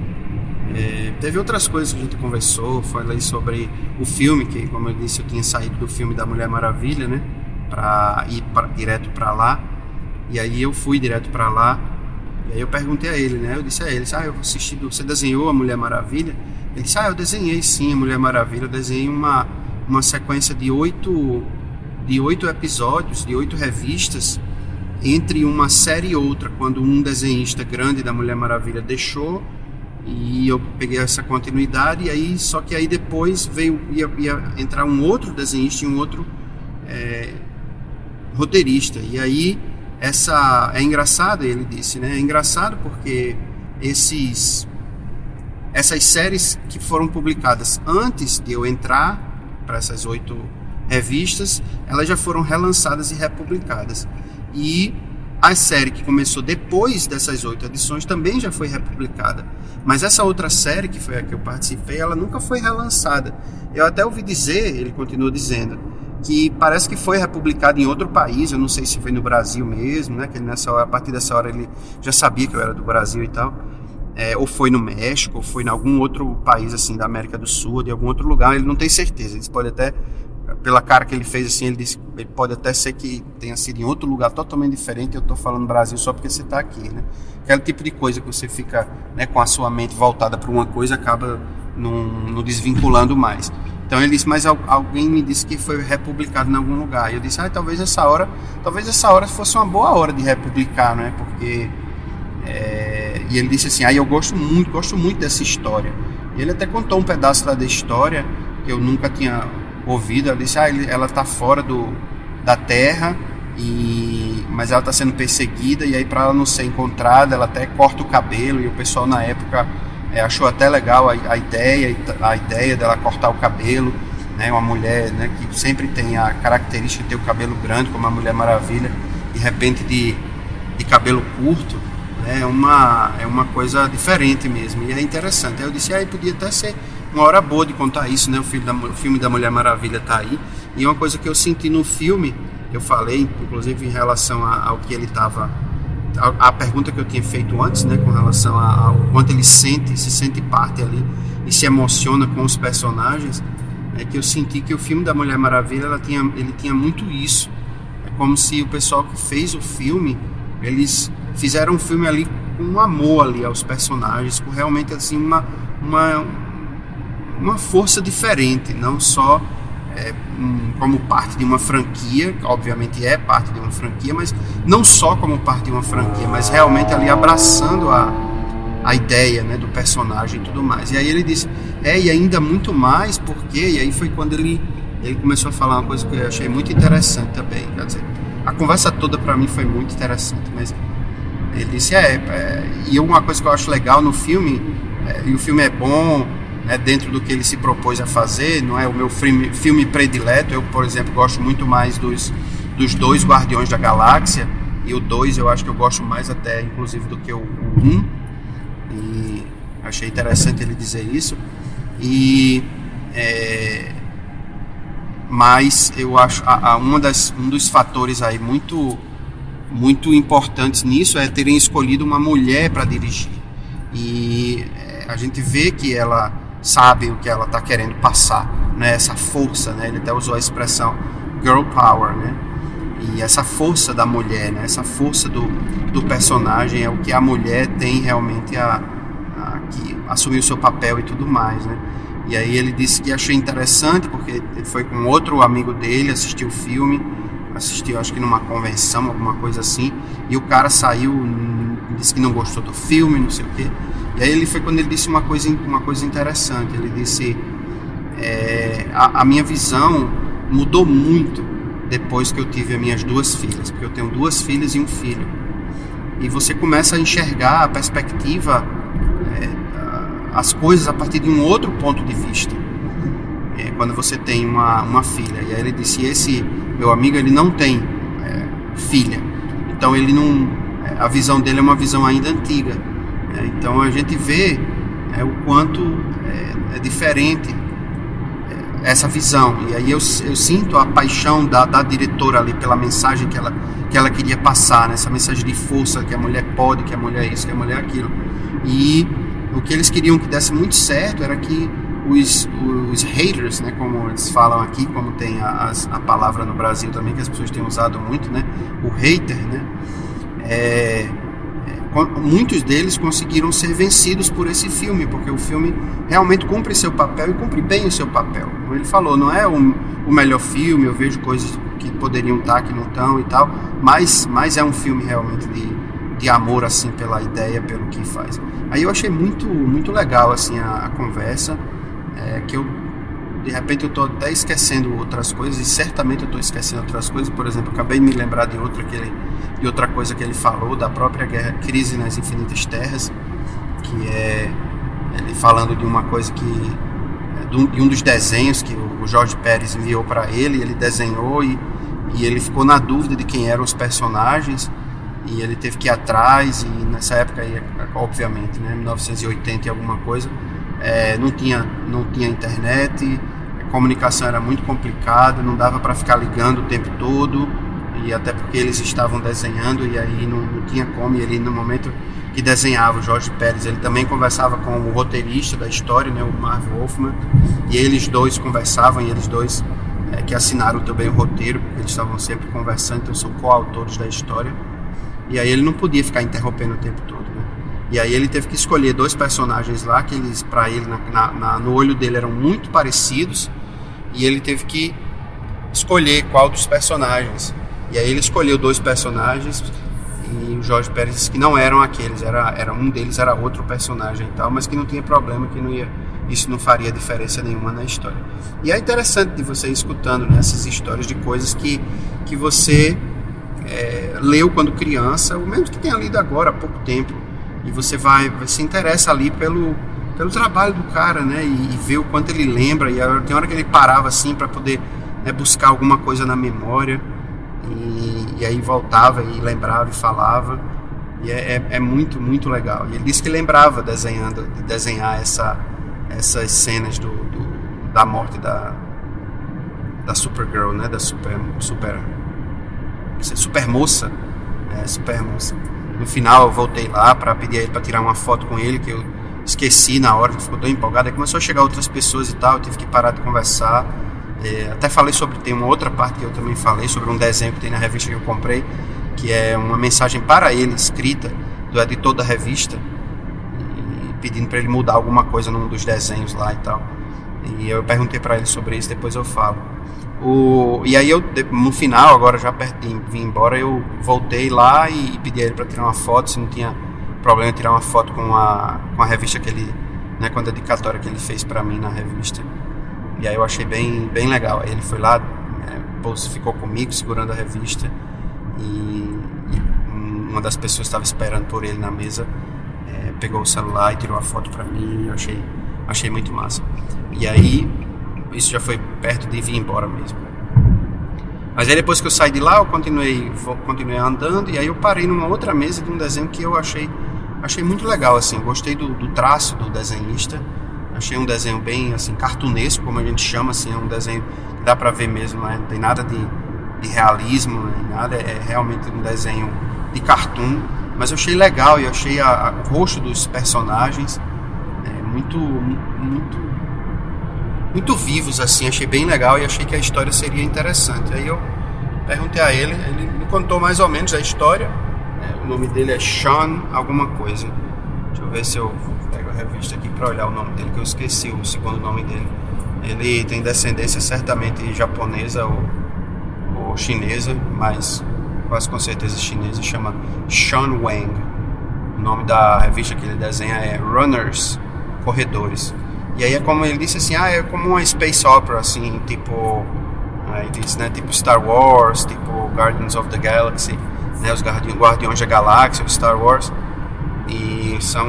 É, teve outras coisas que a gente conversou, falei sobre o filme, que como eu disse, eu tinha saído do filme da Mulher Maravilha, né, para ir pra, direto para lá, e aí eu fui direto para lá, e aí eu perguntei a ele, né, eu disse a ele, ah, eu assisti, você desenhou a Mulher Maravilha? Ele disse, ah, eu desenhei sim a Mulher Maravilha, eu desenhei uma, uma sequência de oito, de oito episódios, de oito revistas, entre uma série e outra, quando um desenhista grande da Mulher Maravilha deixou, e eu peguei essa continuidade, e aí, só que aí depois veio, ia, ia entrar um outro desenhista e um outro é, roteirista, e aí essa, é engraçado, ele disse, né, é engraçado porque esses, essas séries que foram publicadas antes de eu entrar para essas oito revistas, elas já foram relançadas e republicadas, e a série que começou depois dessas oito edições também já foi republicada, mas essa outra série, que foi a que eu participei, ela nunca foi relançada. Eu até ouvi dizer, ele continua dizendo, que parece que foi republicada em outro país, eu não sei se foi no Brasil mesmo, né, que ele nessa hora, a partir dessa hora ele já sabia que eu era do Brasil e tal, é, ou foi no México, ou foi em algum outro país assim da América do Sul, de algum outro lugar, ele não tem certeza, ele pode até, pela cara que ele fez assim, ele disse, ele pode até ser que tenha sido em outro lugar totalmente diferente, eu estou falando Brasil só porque você está aqui, né? Aquele tipo de coisa que você fica, né, com a sua mente voltada para uma coisa, acaba não, não desvinculando mais. Então ele disse, mas alguém me disse que foi republicado em algum lugar, e eu disse, ah, talvez essa hora talvez essa hora fosse uma boa hora de republicar, né? Porque é... e ele disse assim, ah, eu gosto muito, gosto muito dessa história. E ele até contou um pedaço lá da história que eu nunca tinha ouvido. Ela disse, ah, ele, ela está fora do, da terra, e, mas ela está sendo perseguida, e aí para ela não ser encontrada, ela até corta o cabelo, e o pessoal na época é, achou até legal a, a ideia a ideia dela cortar o cabelo, né, uma mulher, né, que sempre tem a característica de ter o cabelo grande, como a Mulher Maravilha, de repente de, de cabelo curto, né, é, uma, é uma coisa diferente mesmo, e é interessante. Aí eu disse, ah, podia até ser uma hora boa de contar isso, né? O filme da, o filme da Mulher Maravilha tá aí. E uma coisa que eu senti no filme, eu falei, inclusive em relação a, ao que ele estava, a, a pergunta que eu tinha feito antes, né? Com relação a, ao quanto ele sente, se sente parte ali e se emociona com os personagens, é que eu senti que o filme da Mulher Maravilha, ela tinha, ele tinha muito isso. É como se o pessoal que fez o filme, eles fizeram um filme ali com um amor ali aos personagens, com realmente assim uma... uma uma força diferente, não só é, um, como parte de uma franquia, que obviamente é parte de uma franquia, mas não só como parte de uma franquia, mas realmente ali abraçando a, a ideia, né, do personagem e tudo mais. E aí ele disse, é, e ainda muito mais, porque, e aí foi quando ele, ele começou a falar uma coisa que eu achei muito interessante também, quer dizer, a conversa toda para mim foi muito interessante, mas ele disse, é, é e uma coisa que eu acho legal no filme, é, e o filme é bom, né, dentro do que ele se propôs a fazer, não é o meu filme, filme predileto. Eu, por exemplo, gosto muito mais dos, dos dois Guardiões da Galáxia, e o dois eu acho que eu gosto mais até, inclusive, do que o um, e achei interessante ele dizer isso, e é, mas eu acho a, a uma das, um dos fatores aí muito, muito importantes nisso é terem escolhido uma mulher para dirigir, e é, a gente vê que ela sabe o que ela está querendo passar, né? Essa força, né? Ele até usou a expressão girl power, né? E essa força da mulher, né? Essa força do, do personagem é o que a mulher tem realmente a, a que assumir o seu papel e tudo mais, né? E aí ele disse que achou interessante porque ele foi com outro amigo dele assistir o filme, assistiu, acho que numa convenção, alguma coisa assim, e o cara saiu, disse que não gostou do filme, não sei o quê. E aí ele foi quando ele disse uma coisa, uma coisa interessante. Ele disse, é, a, a minha visão mudou muito depois que eu tive as minhas duas filhas, porque eu tenho duas filhas e um filho. E você começa a enxergar a perspectiva, é, as coisas a partir de um outro ponto de vista. É, quando você tem uma, uma filha. E aí ele disse, esse meu amigo, ele não tem é, filha. Então ele não, a visão dele é uma visão ainda antiga. É, então a gente vê é, o quanto é, é diferente é, essa visão. E aí eu, eu sinto a paixão da, da diretora ali pela mensagem que ela, que ela queria passar, né? Essa mensagem de força, que a mulher pode, que a mulher é isso, que a mulher é aquilo. E o que eles queriam que desse muito certo era que os, os haters, né, como eles falam aqui, como tem a, a palavra no Brasil também, que as pessoas têm usado muito, né, o hater, né, é, é, muitos deles conseguiram ser vencidos por esse filme, porque o filme realmente cumpre seu papel e cumpre bem o seu papel. Como ele falou, não é o, o melhor filme, eu vejo coisas que poderiam estar, que não estão e tal, mas, mas é um filme realmente de, de amor, assim, pela ideia, pelo que faz. Aí eu achei muito, muito legal, assim, a, a conversa. É, que eu, de repente eu estou até esquecendo outras coisas, e certamente eu estou esquecendo outras coisas. Por exemplo, acabei de me lembrar de outra, que ele, de outra coisa que ele falou, da própria guerra, Crise nas Infinitas Terras, que é ele falando de uma coisa que é, de, um, de um dos desenhos que o Jorge Pérez enviou para ele, ele desenhou e, e ele ficou na dúvida de quem eram os personagens, e ele teve que ir atrás, e nessa época aí, obviamente, né, mil novecentos e oitenta e alguma coisa, É, não tinha, não tinha internet, a comunicação era muito complicada, não dava para ficar ligando o tempo todo, e até porque eles estavam desenhando, e aí não, não tinha como. E ele, no momento que desenhava, o Jorge Pérez, ele também conversava com o roteirista da história, né, o Marv Wolfman, e eles dois conversavam, e eles dois é, que assinaram também o roteiro, porque eles estavam sempre conversando, então são coautores da história, e aí ele não podia ficar interrompendo o tempo todo. E aí ele teve que escolher dois personagens lá, que eles, para ele, na, na, na, no olho dele, eram muito parecidos, e ele teve que escolher qual dos personagens. E aí ele escolheu dois personagens, e o Jorge Pérez disse que não eram aqueles, era, era, um deles era outro personagem e tal, mas que não tinha problema, que não ia, isso não faria diferença nenhuma na história. E é interessante de você ir escutando, né, essas histórias de coisas que, que você é, leu quando criança, ou mesmo que tenha lido agora, há pouco tempo, e você vai, você se interessa ali pelo, pelo trabalho do cara, né, e, e ver o quanto ele lembra. E tem hora que ele parava assim para poder, né, buscar alguma coisa na memória, e, e aí voltava e lembrava e falava, e é, é, é muito, muito legal. E ele disse que lembrava desenhando, de desenhar essa, essas cenas do, do, da morte da, da Supergirl, né, da super, super, super moça, é, super moça. No final eu voltei lá para pedir a ele para tirar uma foto com ele, que eu esqueci na hora, que ficou tão empolgado. Aí começou a chegar outras pessoas e tal, eu tive que parar de conversar. É, até falei sobre, tem uma outra parte que eu também falei, sobre um desenho que tem na revista que eu comprei, que é uma mensagem para ele, escrita, do editor da revista, e pedindo para ele mudar alguma coisa num dos desenhos lá e tal. E eu perguntei para ele sobre isso, depois eu falo. O, e aí eu, no final, agora já perto de vir embora, eu voltei lá e pedi a ele para tirar uma foto, se não tinha problema em tirar uma foto com a, com a revista que ele, né, com a dedicatória que ele fez para mim na revista. E aí eu achei bem, bem legal. Aí ele foi lá, é, ficou comigo segurando a revista, e, e uma das pessoas que estava esperando por ele na mesa, é, pegou o celular e tirou a foto para mim, e eu achei, achei muito massa. E aí isso já foi perto de vir embora mesmo. Mas aí depois que eu saí de lá, eu continuei, continuei andando, e aí eu parei numa outra mesa de um desenho que eu achei, achei muito legal, assim. Gostei do, do traço do desenhista, achei um desenho bem, assim, cartunesco, como a gente chama, assim, é um desenho que dá pra ver mesmo, né? Não tem nada de, de realismo, nem nada, é realmente um desenho de cartoon, mas eu achei legal, e eu achei a, a, o rosto dos personagens é, muito, muito muito vivos, assim, achei bem legal, e achei que a história seria interessante. Aí eu perguntei a ele, ele me contou mais ou menos a história, é, o nome dele é Sean alguma coisa, deixa eu ver se eu pego a revista aqui para olhar o nome dele, que eu esqueci o segundo nome dele. Ele tem descendência certamente japonesa ou, ou ou chinesa, mas quase com certeza chinesa, chama Sean Wang. O nome da revista que ele desenha é Runners, Corredores. E aí é como ele disse assim, ah, é como uma space opera, assim, tipo, aí diz, né, tipo Star Wars, tipo Guardians of the Galaxy, né, os Guardiões da Galáxia, Star Wars, e são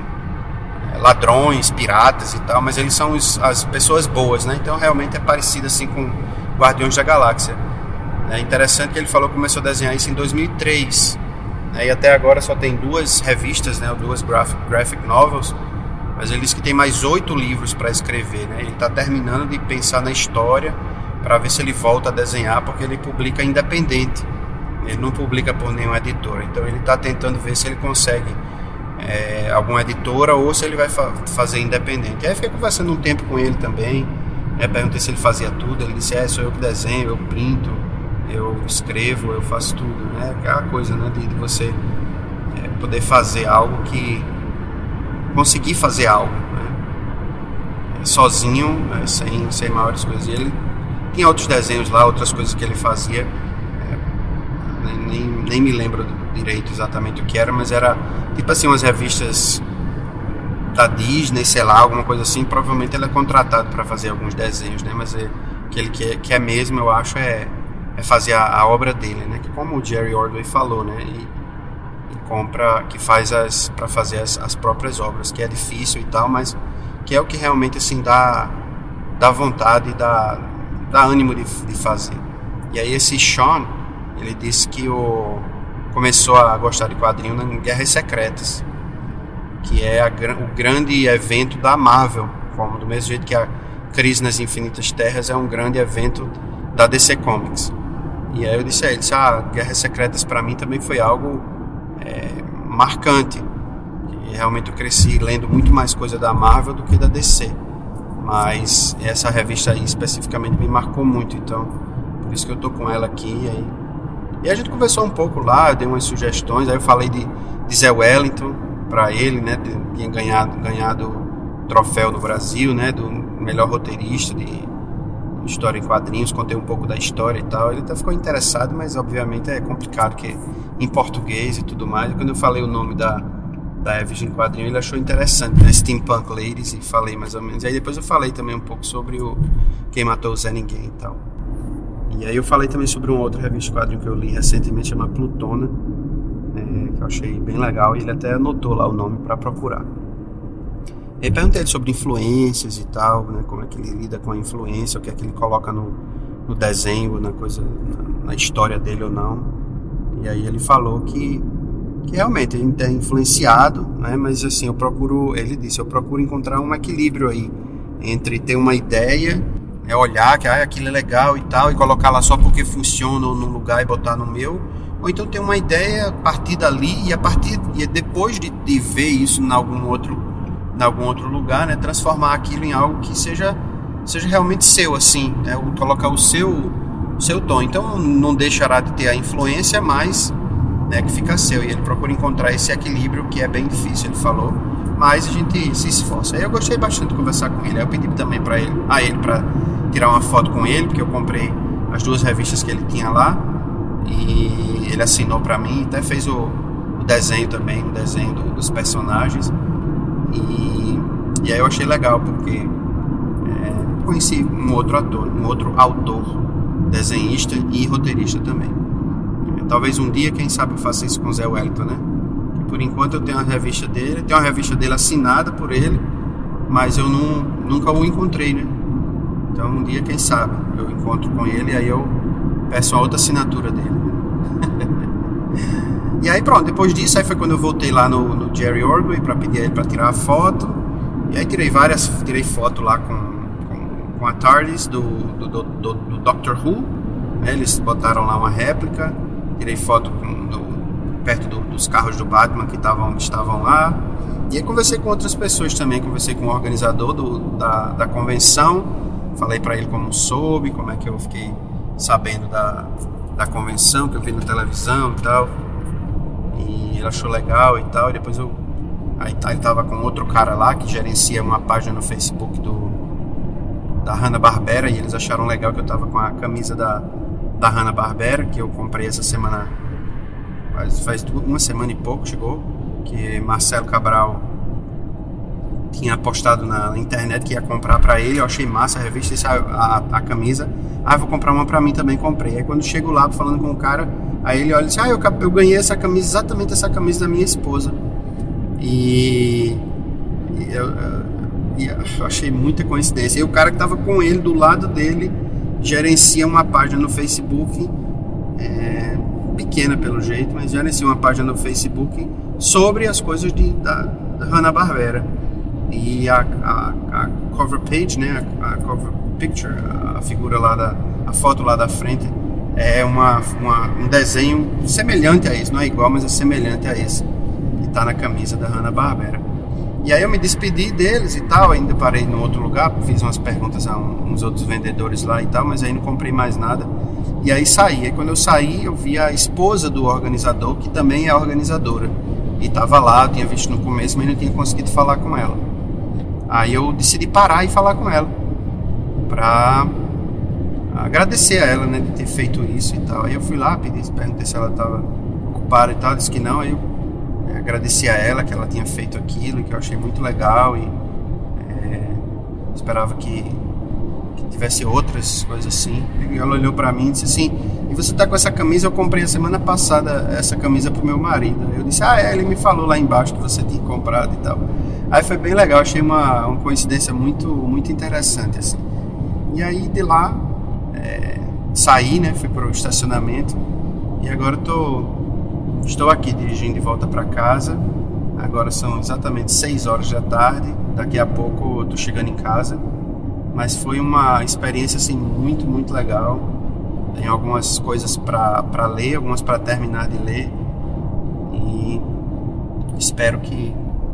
ladrões, piratas e tal, mas eles são os, as pessoas boas, né, então realmente é parecido assim com Guardiões da Galáxia. É interessante que ele falou que começou a desenhar isso em dois mil e três, né, e até agora só tem duas revistas, né, duas graphic, graphic novels, mas ele disse que tem mais oito livros para escrever, né? Ele está terminando de pensar na história para ver se ele volta a desenhar, porque ele publica independente, ele não publica por nenhuma editora, então ele está tentando ver se ele consegue é, alguma editora ou se ele vai fa- fazer independente. Aí eu fiquei conversando um tempo com ele também, né? Perguntei se ele fazia tudo, ele disse, é, sou eu que desenho, eu printo, eu escrevo, eu faço tudo, né? Aquela coisa, né, de, de você é, poder fazer algo que conseguir fazer algo, né? Sozinho, né? sem, sem maiores coisas. E ele tinha outros desenhos lá, outras coisas que ele fazia, é, nem, nem me lembro direito exatamente o que era, mas era tipo assim umas revistas da Disney, sei lá, alguma coisa assim. Provavelmente ele é contratado para fazer alguns desenhos, né? Mas é, o que ele quer, quer mesmo, eu acho, é, é fazer a, a obra dele, né? Que como o Jerry Ordway falou, né? E, compra, que faz as para fazer as, as próprias obras, que é difícil e tal, mas que é o que realmente assim dá, dá vontade e dá, dá ânimo de, de fazer. E aí esse Sean, ele disse que o, começou a gostar de quadrinho na Guerras Secretas, que é a, o grande evento da Marvel, como do mesmo jeito que a Crise nas Infinitas Terras é um grande evento da D C Comics. E aí eu disse a ele, disse, ah, Guerras Secretas para mim também foi algo É, marcante. E realmente eu cresci lendo muito mais coisa da Marvel do que da D C, mas essa revista aí especificamente me marcou muito, então por isso que eu tô com ela aqui. E, aí, e a gente conversou um pouco lá, eu dei umas sugestões, aí eu falei de, de Zé Wellington para ele, né, tinha ganhado, ganhado troféu no Brasil, né, do melhor roteirista de história em quadrinhos, contei um pouco da história e tal, ele até ficou interessado, mas obviamente é complicado, que em português e tudo mais. E quando eu falei o nome da, da revista em quadrinho, ele achou interessante, né, Steampunk Ladies, e falei mais ou menos, e aí depois eu falei também um pouco sobre o Quem Matou o Zé Ninguém e tal. E aí eu falei também sobre uma outra revista de quadrinho que eu li recentemente, chamada Plutona, é, que eu achei bem legal, e ele até anotou lá o nome para procurar. E aí perguntei ele sobre influências e tal, né, como é que ele lida com a influência, o que é que ele coloca no, no desenho, na coisa, na, na história dele ou não. E aí ele falou que, que realmente ele é influenciado, né, mas assim, eu procuro, ele disse, eu procuro encontrar um equilíbrio aí entre ter uma ideia, é olhar que ah, aquilo é legal e tal, e colocar lá só porque funciona num lugar e botar no meu, ou então ter uma ideia a partir dali, e a partir e depois de, de ver isso em algum outro em algum outro lugar, né, transformar aquilo em algo que seja, seja realmente seu, assim, né, colocar o seu, o seu tom. Então não deixará de ter a influência, mas, né, que fica seu. E ele procura encontrar esse equilíbrio, que é bem difícil, ele falou, mas a gente se esforça. Aí eu gostei bastante de conversar com ele. Aí eu pedi também para ele, a ele para tirar uma foto com ele, porque eu comprei as duas revistas que ele tinha lá, e ele assinou para mim, até fez o, o desenho também, o desenho do, dos personagens. E, e aí eu achei legal, porque é, conheci um outro ator, um outro autor, desenhista e roteirista também. É, talvez um dia, quem sabe, eu faça isso com o Zé Wellington, né? Que por enquanto eu tenho a revista dele, tenho uma revista dele assinada por ele, mas eu não, nunca o encontrei, né? Então um dia, quem sabe, eu encontro com ele e aí eu peço uma outra assinatura dele. E aí pronto, depois disso, aí foi quando eu voltei lá no, no Jerry Ordway para pedir a ele para tirar a foto. E aí tirei várias, tirei foto lá com, com, com a TARDIS do, do, do, do, do Doctor Who, né? Eles botaram lá uma réplica. Tirei foto com, do, perto do, dos carros do Batman que tavam, estavam lá. E aí conversei com outras pessoas também, conversei com o organizador do, da, da convenção. Falei para ele como soube, como é que eu fiquei sabendo da, da convenção, que eu vi na televisão e tal. E ele achou legal e tal, e depois eu aí ele tava com outro cara lá que gerencia uma página no Facebook do da Hanna-Barbera, e eles acharam legal que eu tava com a camisa da, da Hanna-Barbera, que eu comprei essa semana, faz, faz uma semana e pouco, chegou, que Marcelo Cabral tinha postado na internet que ia comprar pra ele. Eu achei massa a revista, a, a, a camisa. Ah, vou comprar uma pra mim também, comprei. Aí quando chego lá falando com o cara, aí ele olha e diz, ah, eu, eu ganhei essa camisa, exatamente essa camisa da minha esposa. E, e eu, eu, eu achei muita coincidência. E o cara que tava com ele, do lado dele, gerencia uma página no Facebook, é, pequena pelo jeito, mas gerencia uma página no Facebook sobre as coisas de, da, da Hanna-Barbera. E a, a, a cover page, né, a, a cover picture, a figura lá da, a foto lá da frente é uma, uma, um desenho semelhante a esse, não é igual, mas é semelhante a esse que está na camisa da Hanna-Barbera. E aí eu me despedi deles e tal, ainda parei no outro lugar, fiz umas perguntas a um, uns outros vendedores lá e tal, mas aí não comprei mais nada. E aí saí, aí quando eu saí eu vi a esposa do organizador, que também é organizadora, e estava lá, eu tinha visto no começo, mas não tinha conseguido falar com ela. Aí eu decidi parar e falar com ela pra agradecer a ela, né, de ter feito isso e tal. Aí eu fui lá, pedi, perguntei se ela estava ocupada e tal, disse que não. Aí eu agradeci a ela que ela tinha feito aquilo, que eu achei muito legal e é, esperava que, que tivesse outras coisas assim. E ela olhou pra mim e disse assim, e você tá com essa camisa? Eu comprei a semana passada essa camisa pro meu marido. Eu disse, ah é, ele me falou lá embaixo que você tinha comprado e tal. Aí foi bem legal, achei uma, uma coincidência muito, muito interessante assim. E aí de lá é, saí, né, fui pro estacionamento e agora tô, estou aqui dirigindo de volta para casa. Agora são exatamente seis horas da tarde, daqui a pouco eu tô chegando em casa. Mas foi uma experiência assim muito, muito legal. Tem algumas coisas para ler, algumas para terminar de ler e espero que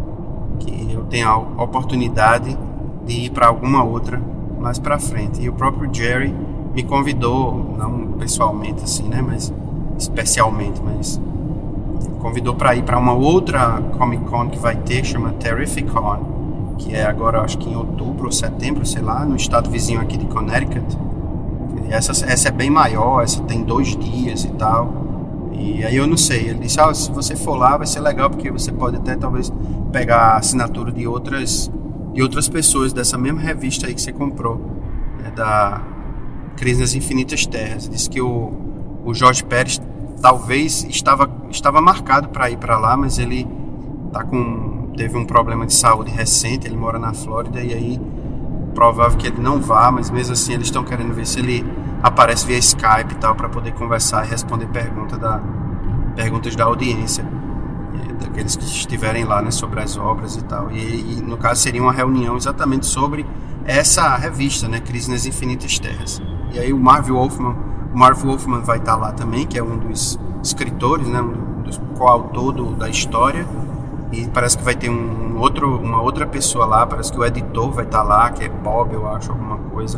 que eu tenha a oportunidade de ir para alguma outra mais para frente. E o próprio Jerry me convidou, não pessoalmente assim, né, mas especialmente, mas convidou para ir para uma outra Comic Con que vai ter, chama Terrificon, que é agora acho que em outubro ou setembro, sei lá, no estado vizinho aqui de Connecticut. E essa, essa é bem maior, essa tem dois dias e tal. E aí eu não sei, ele disse, ah, se você for lá vai ser legal, porque você pode até talvez pegar a assinatura de outras, de outras pessoas dessa mesma revista aí que você comprou, né, da Crise nas Infinitas Terras. Disse que o, o Jorge Pérez talvez estava, estava marcado para ir para lá, mas ele tá com, teve um problema de saúde recente, ele mora na Flórida, e aí provável que ele não vá, mas mesmo assim eles estão querendo ver se ele aparece via Skype e tal, para poder conversar e responder pergunta da, perguntas da audiência, daqueles que estiverem lá, né, sobre as obras e tal. E, e no caso seria uma reunião exatamente sobre essa revista, né, Crise nas Infinitas Terras. E aí o Marv Wolfman, o Marv Wolfman vai estar lá também, que é um dos escritores, né, um dos coautores da história. E parece que vai ter um outro, uma outra pessoa lá, parece que o editor vai estar lá, que é Bob, eu acho, alguma coisa.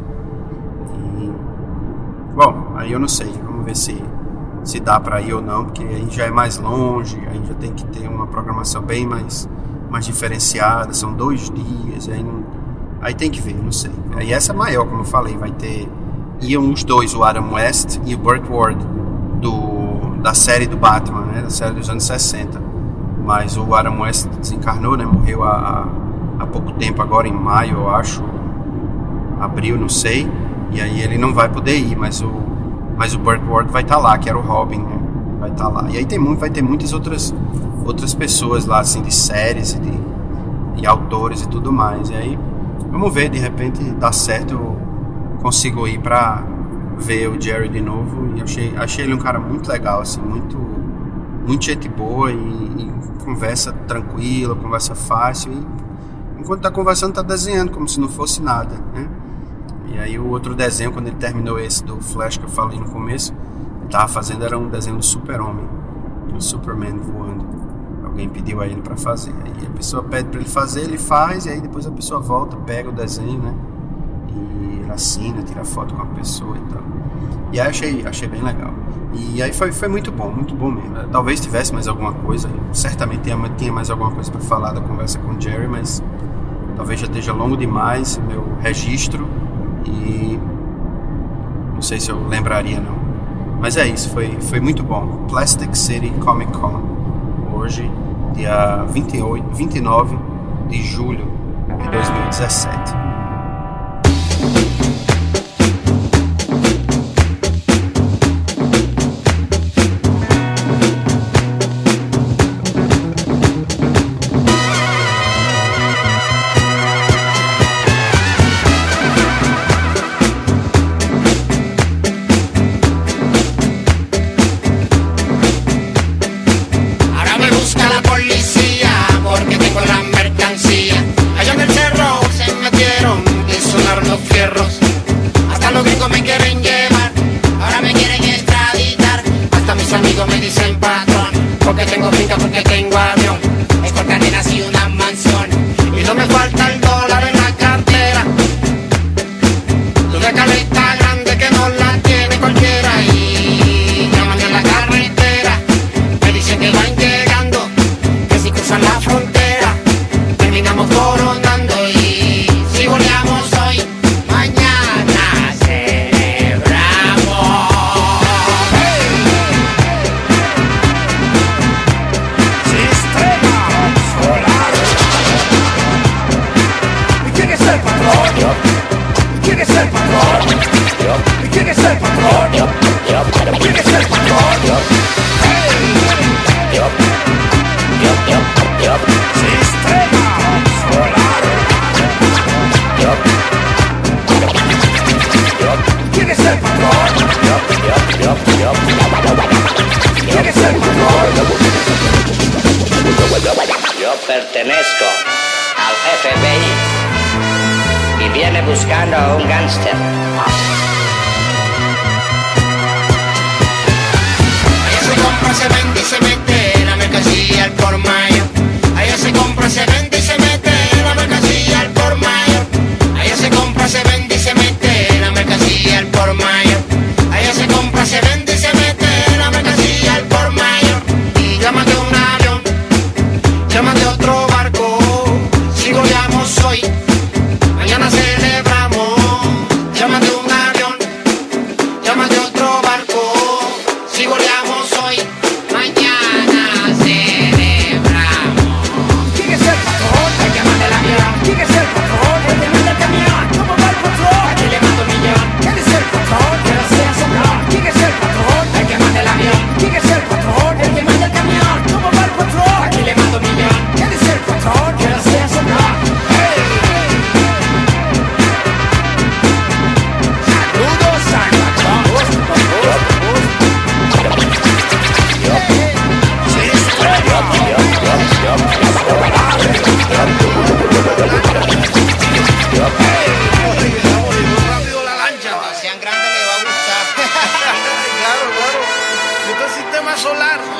E, bom, aí eu não sei, vamos ver se, se dá pra ir ou não, porque aí já é mais longe, aí já tem que ter uma programação bem mais, mais diferenciada, são dois dias, aí, não, aí tem que ver, não sei. Aí essa é maior, como eu falei, vai ter, iam os dois, o Adam West e o Burt Ward, do, da série do Batman, né, da série dos anos sessenta. Mas o Adam West desencarnou, né? Morreu há, há pouco tempo, agora em maio, eu acho, abril, não sei. E aí ele não vai poder ir, mas o, mas o Burt Ward vai estar lá, que era o Robin, né? Vai estar lá. E aí tem muito, vai ter muitas outras, outras pessoas lá, assim, de séries e, de, e autores e tudo mais. E aí, vamos ver, de repente dá certo, eu consigo ir pra ver o Jerry de novo. E achei, achei ele um cara muito legal, assim, muito, muito gente boa e, e conversa tranquila, conversa fácil, e enquanto tá conversando tá desenhando como se não fosse nada, né? E aí o outro desenho, quando ele terminou esse do Flash que eu falei no começo, ele tava fazendo, era um desenho do Super-Homem, do Superman voando. Alguém pediu a ele pra fazer, aí a pessoa pede pra ele fazer, ele faz, e aí depois a pessoa volta, pega o desenho, né, e ele assina, tira foto com a pessoa e tal. E aí achei, achei bem legal. E aí foi, foi muito bom, muito bom mesmo. Talvez tivesse mais alguma coisa, certamente tinha, tinha mais alguma coisa para falar da conversa com o Jerry, mas talvez já esteja longo demais meu registro e não sei se eu lembraria não. Mas é isso, foi, foi muito bom. Plastic City Comic Con. Hoje, dia vinte e oito, vinte e nove de julho de dois mil e dezessete. Pertenezco al F B I y viene buscando a un gángster. Allá se compra, se vende y se mete la mercancía al por mayor. Allá se compra, se vende y se mete la mercancía al por mayor. Allá se compra, se vende y se mete la mercancía al por mayor. Allá se compra, se vende y se mete la mercancía al por mayor. Y llámate un avión, llámate otro barco, si goleamos hoy, mañana celebramos. Llámate un avión, llámate otro barco, si goleamos hoy, mañana celebramos. ¿Quién es el patrón? El que manda el avión. ¿Quién es el patrón? El que manda el camión. ¿Cómo va el patrón? Aquí le mando un millón. ¿Quién es el patrón? Que no sea soplón. ¿Quién es el patrón? El que manda el avión. ¿Quién es el patrón? El que manda el camión. ¿Cómo va el patrón? Aquí le mando un millón. ¿Quién es el patrón? Que no sea soplón. ¡Hey! Saludos al patrón. Rápido la lancha. Sean grandes, les va a gustar. Claro, claro. Esto es sistema solar.